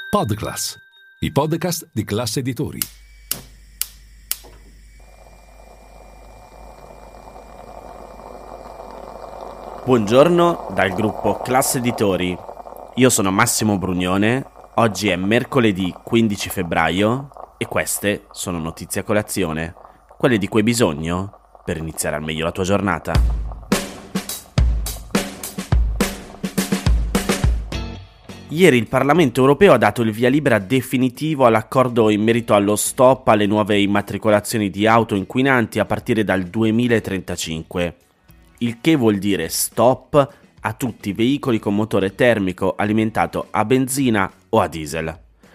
Podclass, i podcast di Classe Editori. Buongiorno dal gruppo Classe Editori. Io sono Massimo Brugnone. Oggi è mercoledì 15 febbraio e queste sono notizie a colazione, quelle di cui hai bisogno per iniziare al meglio la tua giornata. Ieri il Parlamento europeo ha dato il via libera definitivo all'accordo in merito allo stop alle nuove immatricolazioni di auto inquinanti a partire dal 2035, il che vuol dire stop a tutti i veicoli con motore termico alimentato a benzina o a diesel.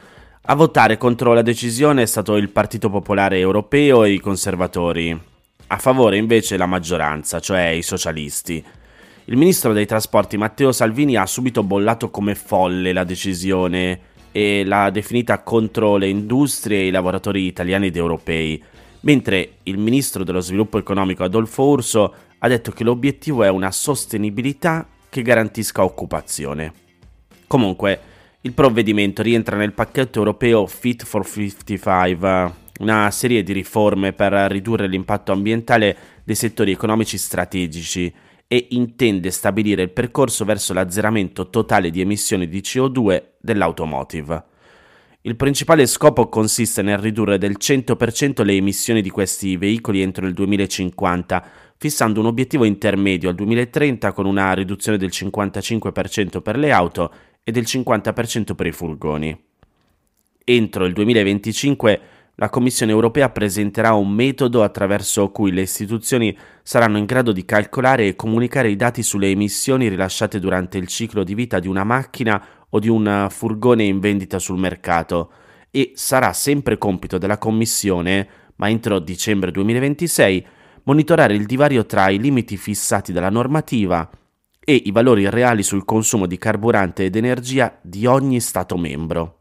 A votare contro la decisione è stato il Partito Popolare Europeo e i conservatori. A favore invece la maggioranza, cioè i socialisti. Il ministro dei trasporti Matteo Salvini ha subito bollato come folle la decisione e l'ha definita contro le industrie e i lavoratori italiani ed europei, mentre il ministro dello sviluppo economico Adolfo Urso ha detto che l'obiettivo è una sostenibilità che garantisca occupazione. Comunque, il provvedimento rientra nel pacchetto europeo Fit for 55, una serie di riforme per ridurre l'impatto ambientale dei settori economici strategici e intende stabilire il percorso verso l'azzeramento totale di emissioni di CO2 dell'automotive. Il principale scopo consiste nel ridurre del 100% le emissioni di questi veicoli entro il 2050, fissando un obiettivo intermedio al 2030 con una riduzione del 55% per le auto e del 50% per i furgoni. Entro il 2025 la Commissione europea presenterà un metodo attraverso cui le istituzioni saranno in grado di calcolare e comunicare i dati sulle emissioni rilasciate durante il ciclo di vita di una macchina o di un furgone in vendita sul mercato e sarà sempre compito della Commissione, ma entro dicembre 2026, monitorare il divario tra i limiti fissati dalla normativa e i valori reali sul consumo di carburante ed energia di ogni Stato membro.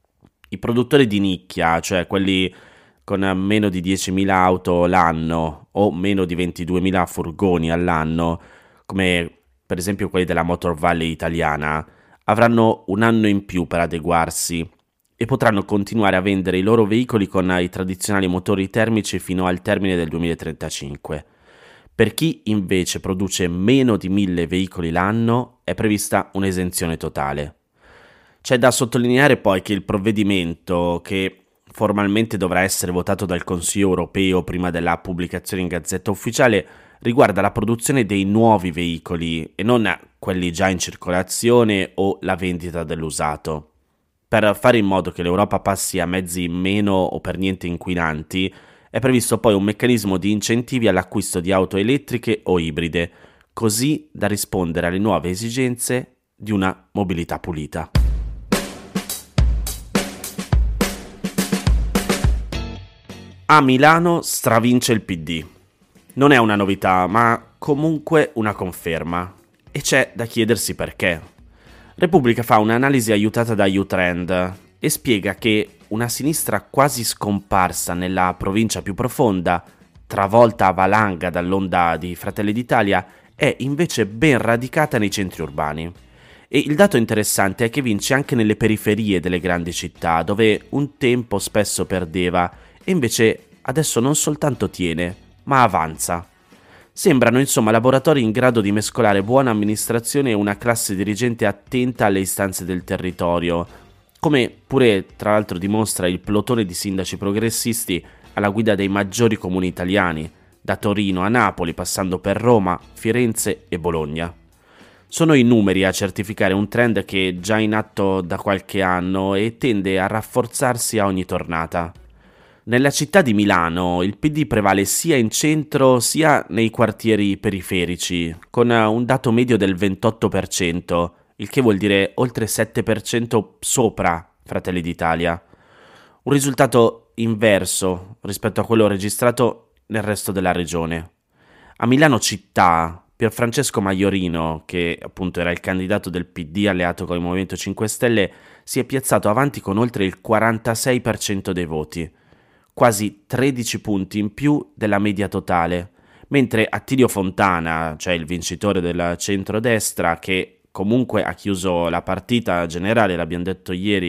I produttori di nicchia, cioè quelli con meno di 10.000 auto l'anno o meno di 22.000 furgoni all'anno, come per esempio quelli della Motor Valley italiana, avranno un anno in più per adeguarsi e potranno continuare a vendere i loro veicoli con i tradizionali motori termici fino al termine del 2035. Per chi invece produce meno di 1.000 veicoli l'anno è prevista un'esenzione totale. C'è da sottolineare poi che il provvedimento, che formalmente dovrà essere votato dal Consiglio europeo prima della pubblicazione in Gazzetta Ufficiale, riguarda la produzione dei nuovi veicoli e non quelli già in circolazione o la vendita dell'usato. Per fare in modo che l'Europa passi a mezzi meno o per niente inquinanti, è previsto poi un meccanismo di incentivi all'acquisto di auto elettriche o ibride, così da rispondere alle nuove esigenze di una mobilità pulita. A Milano stravince il PD. Non è una novità, ma comunque una conferma. E c'è da chiedersi perché. Repubblica fa un'analisi aiutata da U-Trend e spiega che una sinistra quasi scomparsa nella provincia più profonda, travolta a valanga dall'onda di Fratelli d'Italia, è invece ben radicata nei centri urbani. E il dato interessante è che vince anche nelle periferie delle grandi città, dove un tempo spesso perdeva e invece adesso non soltanto tiene, ma avanza. Sembrano insomma laboratori in grado di mescolare buona amministrazione e una classe dirigente attenta alle istanze del territorio, come pure tra l'altro dimostra il plotone di sindaci progressisti alla guida dei maggiori comuni italiani, da Torino a Napoli passando per Roma, Firenze e Bologna. Sono i numeri a certificare un trend che è già in atto da qualche anno e tende a rafforzarsi a ogni tornata. Nella città di Milano il PD prevale sia in centro sia nei quartieri periferici, con un dato medio del 28%, il che vuol dire oltre 7% sopra Fratelli d'Italia. Un risultato inverso rispetto a quello registrato nel resto della regione. A Milano città, Pierfrancesco Maiorino, che appunto era il candidato del PD alleato con il Movimento 5 Stelle, si è piazzato avanti con oltre il 46% dei voti. Quasi 13 punti in più della media totale, mentre Attilio Fontana, cioè il vincitore del centrodestra, che comunque ha chiuso la partita generale, l'abbiamo detto ieri,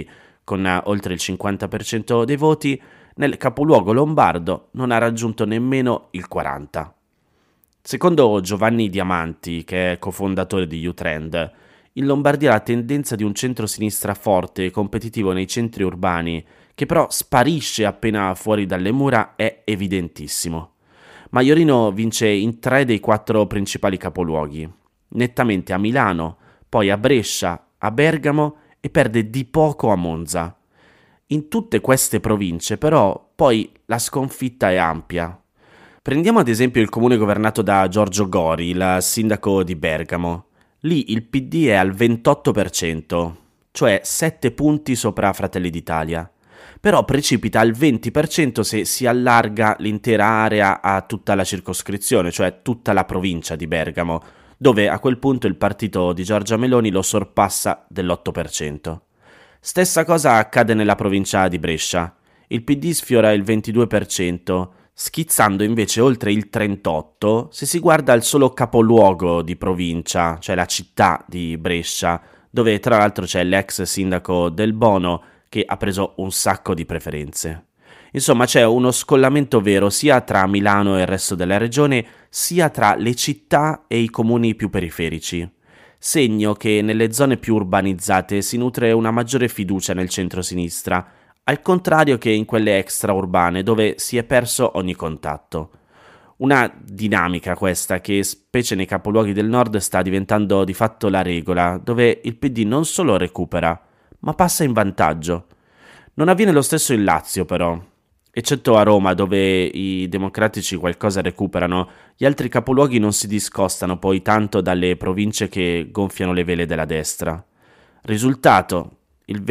con oltre il 50% dei voti, nel capoluogo lombardo non ha raggiunto nemmeno il 40%. Secondo Giovanni Diamanti, che è cofondatore di Youtrend, in Lombardia la tendenza di un centro-sinistra forte e competitivo nei centri urbani, che però sparisce appena fuori dalle mura, è evidentissimo. Maiorino vince in 3 dei 4 principali capoluoghi, nettamente a Milano, poi a Brescia, a Bergamo e perde di poco a Monza. In tutte queste province, però, poi la sconfitta è ampia. Prendiamo ad esempio il comune governato da Giorgio Gori, il sindaco di Bergamo. Lì il PD è al 28%, cioè 7 punti sopra Fratelli d'Italia. Però precipita al 20% se si allarga l'intera area a tutta la circoscrizione, cioè tutta la provincia di Bergamo, dove a quel punto il partito di Giorgia Meloni lo sorpassa dell'8%. Stessa cosa accade nella provincia di Brescia. Il PD sfiora il 22%, schizzando invece oltre il 38% se si guarda il solo capoluogo di provincia, cioè la città di Brescia, dove tra l'altro c'è l'ex sindaco Del Bono che ha preso un sacco di preferenze. Insomma, c'è uno scollamento vero sia tra Milano e il resto della regione, sia tra le città e i comuni più periferici. Segno che nelle zone più urbanizzate si nutre una maggiore fiducia nel centro-sinistra, al contrario che in quelle extraurbane dove si è perso ogni contatto. Una dinamica questa che, specie nei capoluoghi del nord, sta diventando di fatto la regola, dove il PD non solo recupera, ma passa in vantaggio. Non avviene lo stesso in Lazio, però. Eccetto a Roma, dove i democratici qualcosa recuperano, gli altri capoluoghi non si discostano poi tanto dalle province che gonfiano le vele della destra. Risultato: il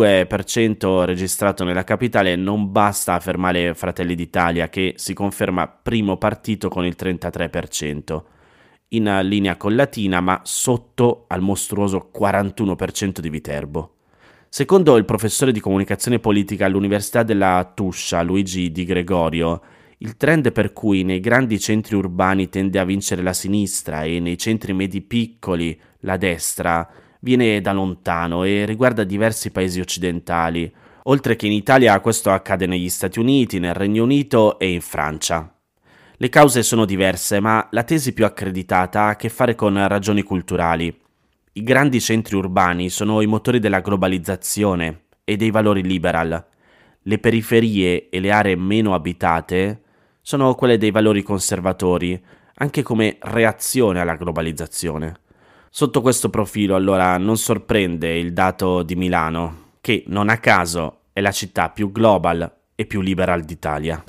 22% registrato nella capitale non basta a fermare Fratelli d'Italia, che si conferma primo partito con il 33%, in linea con Latina, ma sotto al mostruoso 41% di Viterbo. Secondo il professore di comunicazione politica all'Università della Tuscia, Luigi Di Gregorio, il trend per cui nei grandi centri urbani tende a vincere la sinistra e nei centri medi piccoli la destra viene da lontano e riguarda diversi paesi occidentali, oltre che in Italia questo accade negli Stati Uniti, nel Regno Unito e in Francia. Le cause sono diverse, ma la tesi più accreditata ha a che fare con ragioni culturali. I grandi centri urbani sono i motori della globalizzazione e dei valori liberal. Le periferie e le aree meno abitate sono quelle dei valori conservatori, anche come reazione alla globalizzazione. Sotto questo profilo, allora, non sorprende il dato di Milano, che non a caso è la città più global e più liberal d'Italia.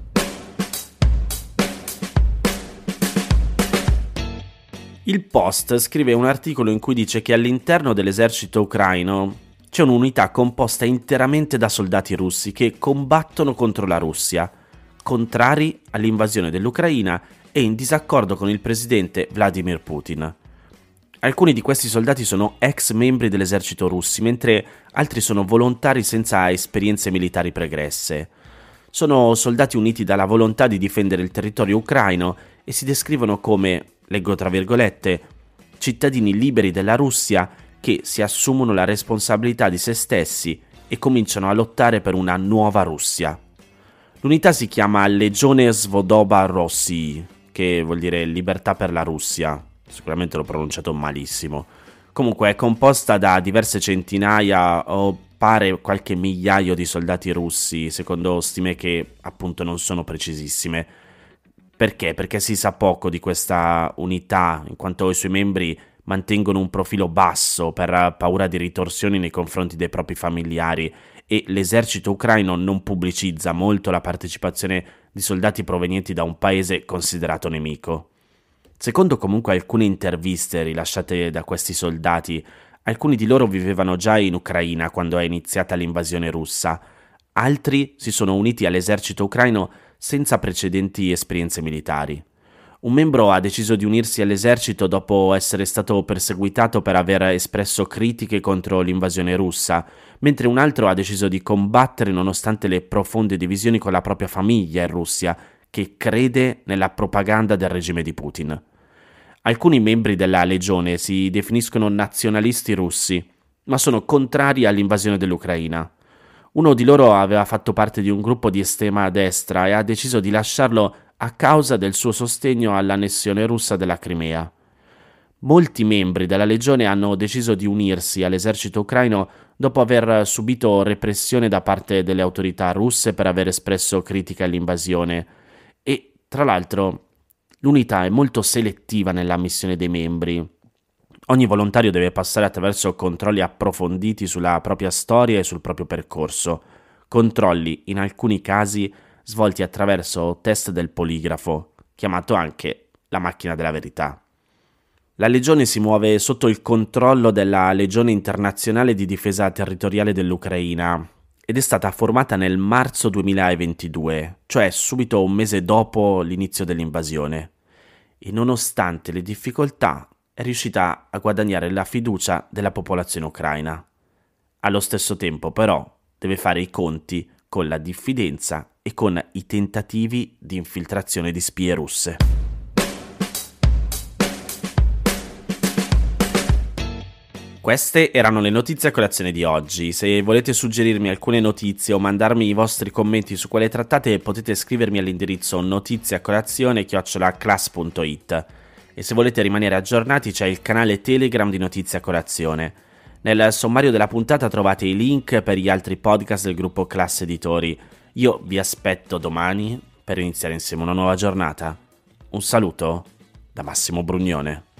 Il Post scrive un articolo in cui dice che all'interno dell'esercito ucraino c'è un'unità composta interamente da soldati russi che combattono contro la Russia, contrari all'invasione dell'Ucraina e in disaccordo con il presidente Vladimir Putin. Alcuni di questi soldati sono ex membri dell'esercito russi, mentre altri sono volontari senza esperienze militari pregresse. Sono soldati uniti dalla volontà di difendere il territorio ucraino e si descrivono come, leggo tra virgolette, cittadini liberi della Russia che si assumono la responsabilità di se stessi e cominciano a lottare per una nuova Russia. L'unità si chiama Legione Svoboda Rossi, che vuol dire libertà per la Russia. Sicuramente l'ho pronunciato malissimo. Comunque è composta da diverse centinaia o pare qualche migliaio di soldati russi, secondo stime che appunto non sono precisissime. Perché? Perché si sa poco di questa unità, in quanto i suoi membri mantengono un profilo basso per paura di ritorsioni nei confronti dei propri familiari e l'esercito ucraino non pubblicizza molto la partecipazione di soldati provenienti da un paese considerato nemico. Secondo comunque alcune interviste rilasciate da questi soldati, alcuni di loro vivevano già in Ucraina quando è iniziata l'invasione russa, altri si sono uniti all'esercito ucraino senza precedenti esperienze militari. Un membro ha deciso di unirsi all'esercito dopo essere stato perseguitato per aver espresso critiche contro l'invasione russa, mentre un altro ha deciso di combattere nonostante le profonde divisioni con la propria famiglia in Russia, che crede nella propaganda del regime di Putin. Alcuni membri della legione si definiscono nazionalisti russi, ma sono contrari all'invasione dell'Ucraina. Uno di loro aveva fatto parte di un gruppo di estrema destra e ha deciso di lasciarlo a causa del suo sostegno all'annessione russa della Crimea. Molti membri della legione hanno deciso di unirsi all'esercito ucraino dopo aver subito repressione da parte delle autorità russe per aver espresso critica all'invasione e, tra l'altro, l'unità è molto selettiva nell'ammissione dei membri. Ogni volontario deve passare attraverso controlli approfonditi sulla propria storia e sul proprio percorso, controlli in alcuni casi svolti attraverso test del poligrafo, chiamato anche la macchina della verità. La Legione si muove sotto il controllo della Legione Internazionale di Difesa Territoriale dell'Ucraina ed è stata formata nel marzo 2022, cioè subito un mese dopo l'inizio dell'invasione. E nonostante le difficoltà è riuscita a guadagnare la fiducia della popolazione ucraina. Allo stesso tempo, però, deve fare i conti con la diffidenza e con i tentativi di infiltrazione di spie russe. Queste erano le notizie a colazione di oggi. Se volete suggerirmi alcune notizie o mandarmi i vostri commenti su quelle trattate, potete scrivermi all'indirizzo notiziacolazione@class.it. E se volete rimanere aggiornati c'è il canale Telegram di Notizie a Colazione. Nel sommario della puntata trovate i link per gli altri podcast del gruppo Class Editori. Io vi aspetto domani per iniziare insieme una nuova giornata. Un saluto da Massimo Brugnone.